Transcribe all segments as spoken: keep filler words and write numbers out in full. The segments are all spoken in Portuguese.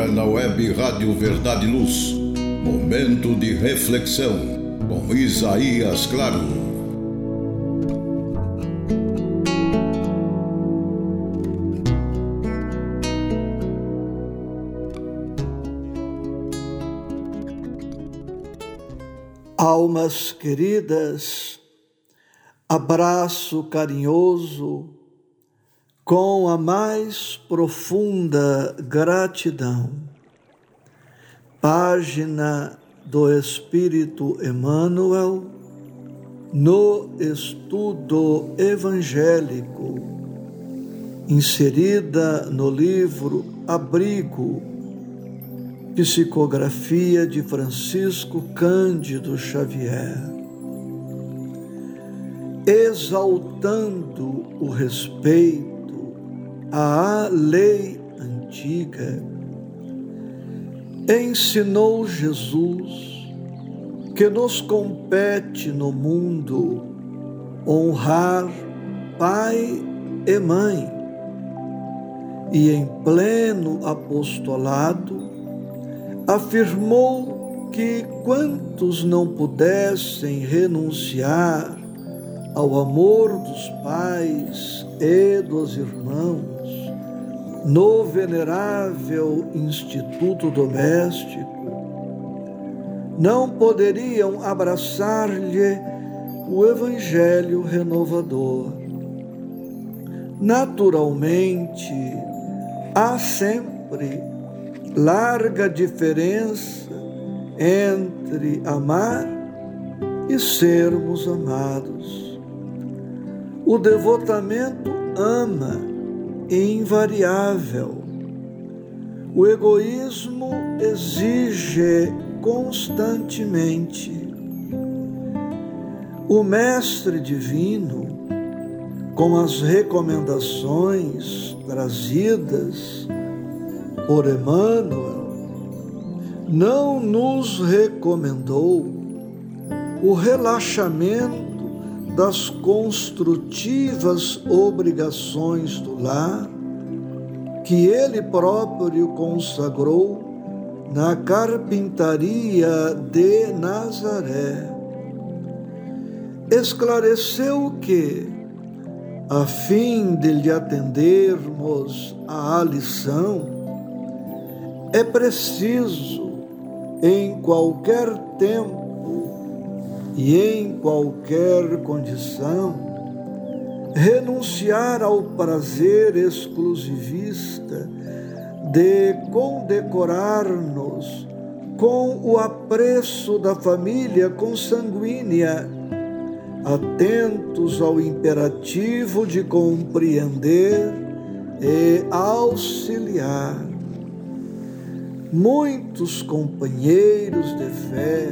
agora na web Rádio Verdade e Luz, momento de reflexão com Isaías Claro. Almas queridas, abraço carinhoso com a mais profunda gratidão. Página do Espírito Emmanuel no estudo evangélico, inserida no livro Abrigo, psicografia de Francisco Cândido Xavier. Exaltando o respeito à lei antiga, ensinou Jesus que nos compete no mundo honrar pai e mãe, e em pleno apostolado afirmou que quantos não pudessem renunciar ao amor dos pais e dos irmãos no venerável instituto doméstico, não poderiam abraçar-lhe o evangelho renovador. Naturalmente, há sempre larga diferença entre amar e sermos amados. O devotamento ama, invariável. O egoísmo exige constantemente. O Mestre Divino, com as recomendações trazidas por Emmanuel, não nos recomendou o relaxamento das construtivas obrigações do lar que ele próprio consagrou na carpintaria de Nazaré. Esclareceu que, a fim de lhe atendermos à lição, é preciso, em qualquer tempo e em qualquer condição, renunciar ao prazer exclusivista de condecorar-nos com o apreço da família consanguínea, atentos ao imperativo de compreender e auxiliar. Muitos companheiros de fé,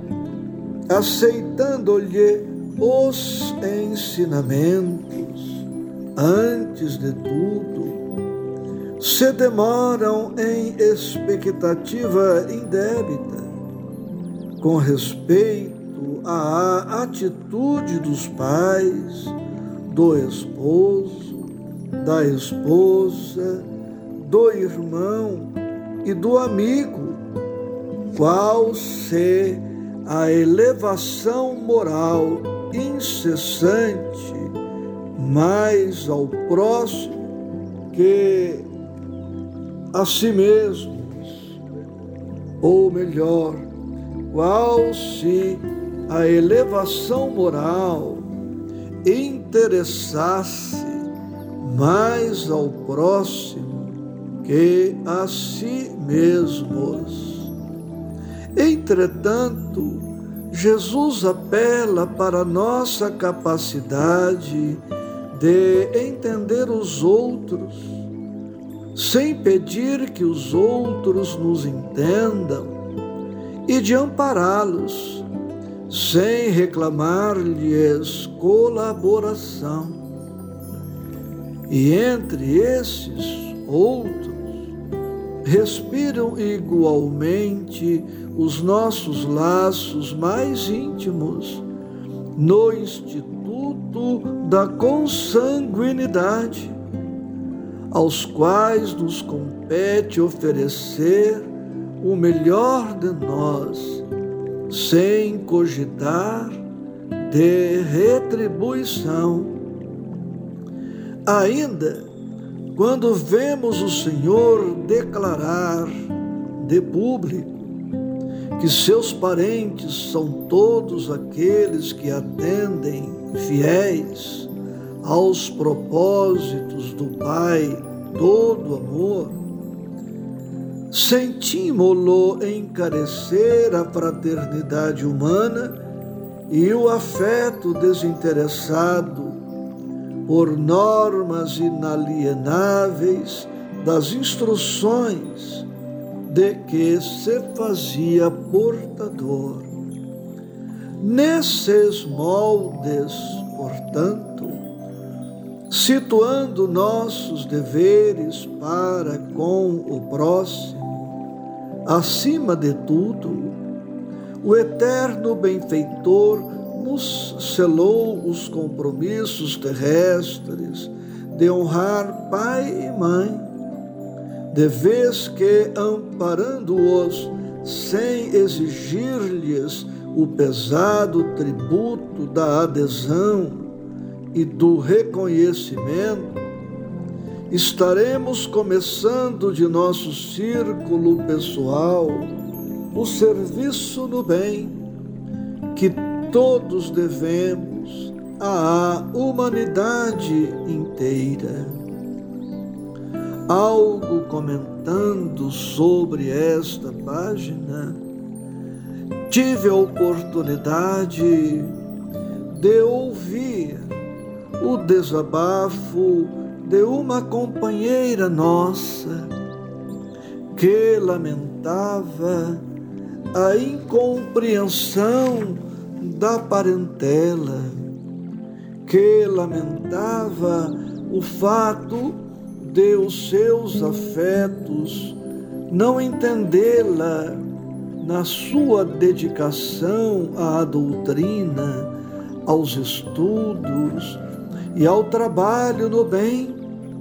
aceitando-lhe os ensinamentos, antes de tudo, se demoram em expectativa indébita com respeito à atitude dos pais, do esposo, da esposa, do irmão e do amigo, qual se a elevação moral incessante mais ao próximo que a si mesmos, ou melhor, qual se a elevação moral interessasse mais ao próximo que a si mesmos. Entretanto, Jesus apela para a nossa capacidade de entender os outros, sem pedir que os outros nos entendam, e de ampará-los, sem reclamar-lhes colaboração. E entre esses outros, respiram igualmente os nossos laços mais íntimos no Instituto da Consanguinidade, aos quais nos compete oferecer o melhor de nós, sem cogitar de retribuição. Ainda quando vemos o Senhor declarar de público que seus parentes são todos aqueles que atendem fiéis aos propósitos do Pai todo amor, sentimos-lo encarecer a fraternidade humana e o afeto desinteressado por normas inalienáveis das instruções de que se fazia portador. Nesses moldes, portanto, situando nossos deveres para com o próximo, acima de tudo, o eterno benfeitor nos selou os compromissos terrestres de honrar pai e mãe, de vez que, amparando-os sem exigir-lhes o pesado tributo da adesão e do reconhecimento, estaremos começando de nosso círculo pessoal o serviço no bem que todos devemos à humanidade inteira. Algo comentando sobre esta página, tive a oportunidade de ouvir o desabafo de uma companheira nossa que lamentava a incompreensão da parentela, que lamentava o fato de os seus afetos não entendê-la na sua dedicação à doutrina, aos estudos e ao trabalho no bem.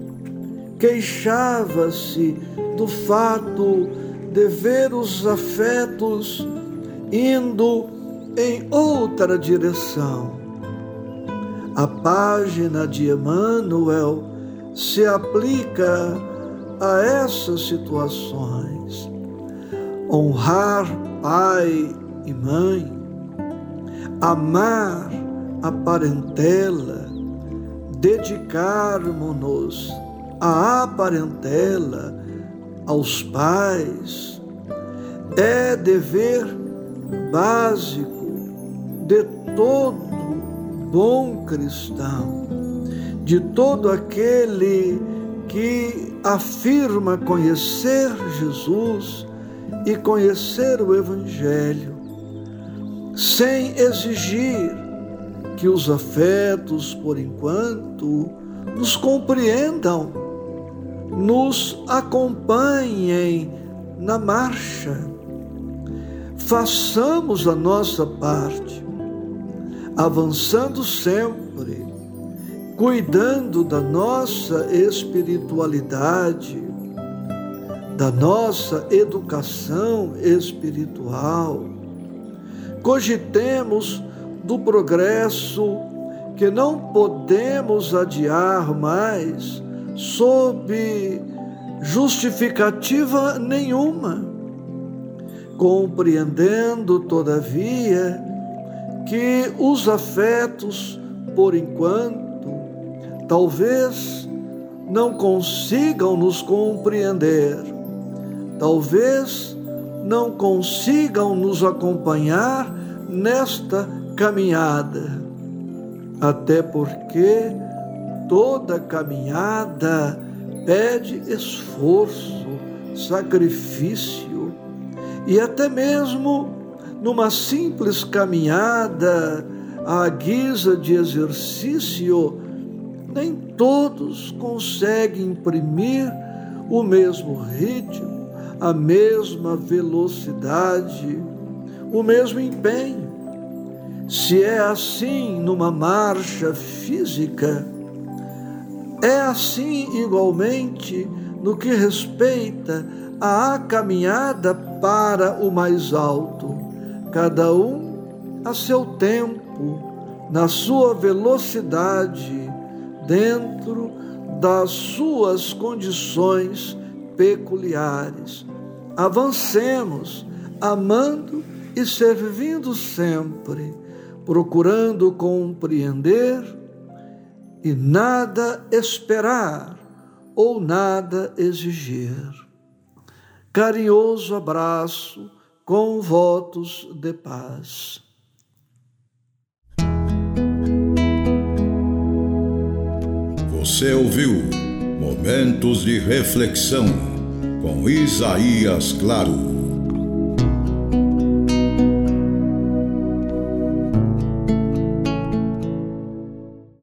Queixava-se do fato de ver os afetos indo em outra direção. A página de Emmanuel se aplica a essas situações. Honrar pai e mãe, amar a parentela, dedicarmos-nos à parentela, aos pais, é dever básico de todo bom cristão, de todo aquele que afirma conhecer Jesus e conhecer o Evangelho, sem exigir que os afetos, por enquanto, nos compreendam, nos acompanhem na marcha. Façamos a nossa parte, avançando sempre, cuidando da nossa espiritualidade, da nossa educação espiritual. Cogitemos do progresso que não podemos adiar mais sob justificativa nenhuma, compreendendo, todavia, que os afetos, por enquanto, talvez não consigam nos compreender, talvez não consigam nos acompanhar nesta caminhada, até porque toda caminhada pede esforço, sacrifício, e até mesmo numa simples caminhada à guisa de exercício, nem todos conseguem imprimir o mesmo ritmo, a mesma velocidade, o mesmo empenho. Se é assim numa marcha física, É assim igualmente no que respeita à caminhada para o mais alto, cada um a seu tempo, na sua velocidade, dentro das suas condições peculiares. Avancemos, amando e servindo sempre, procurando compreender e nada esperar ou nada exigir. Carinhoso abraço com votos de paz. Você ouviu Momentos de Reflexão com Isaías Claro.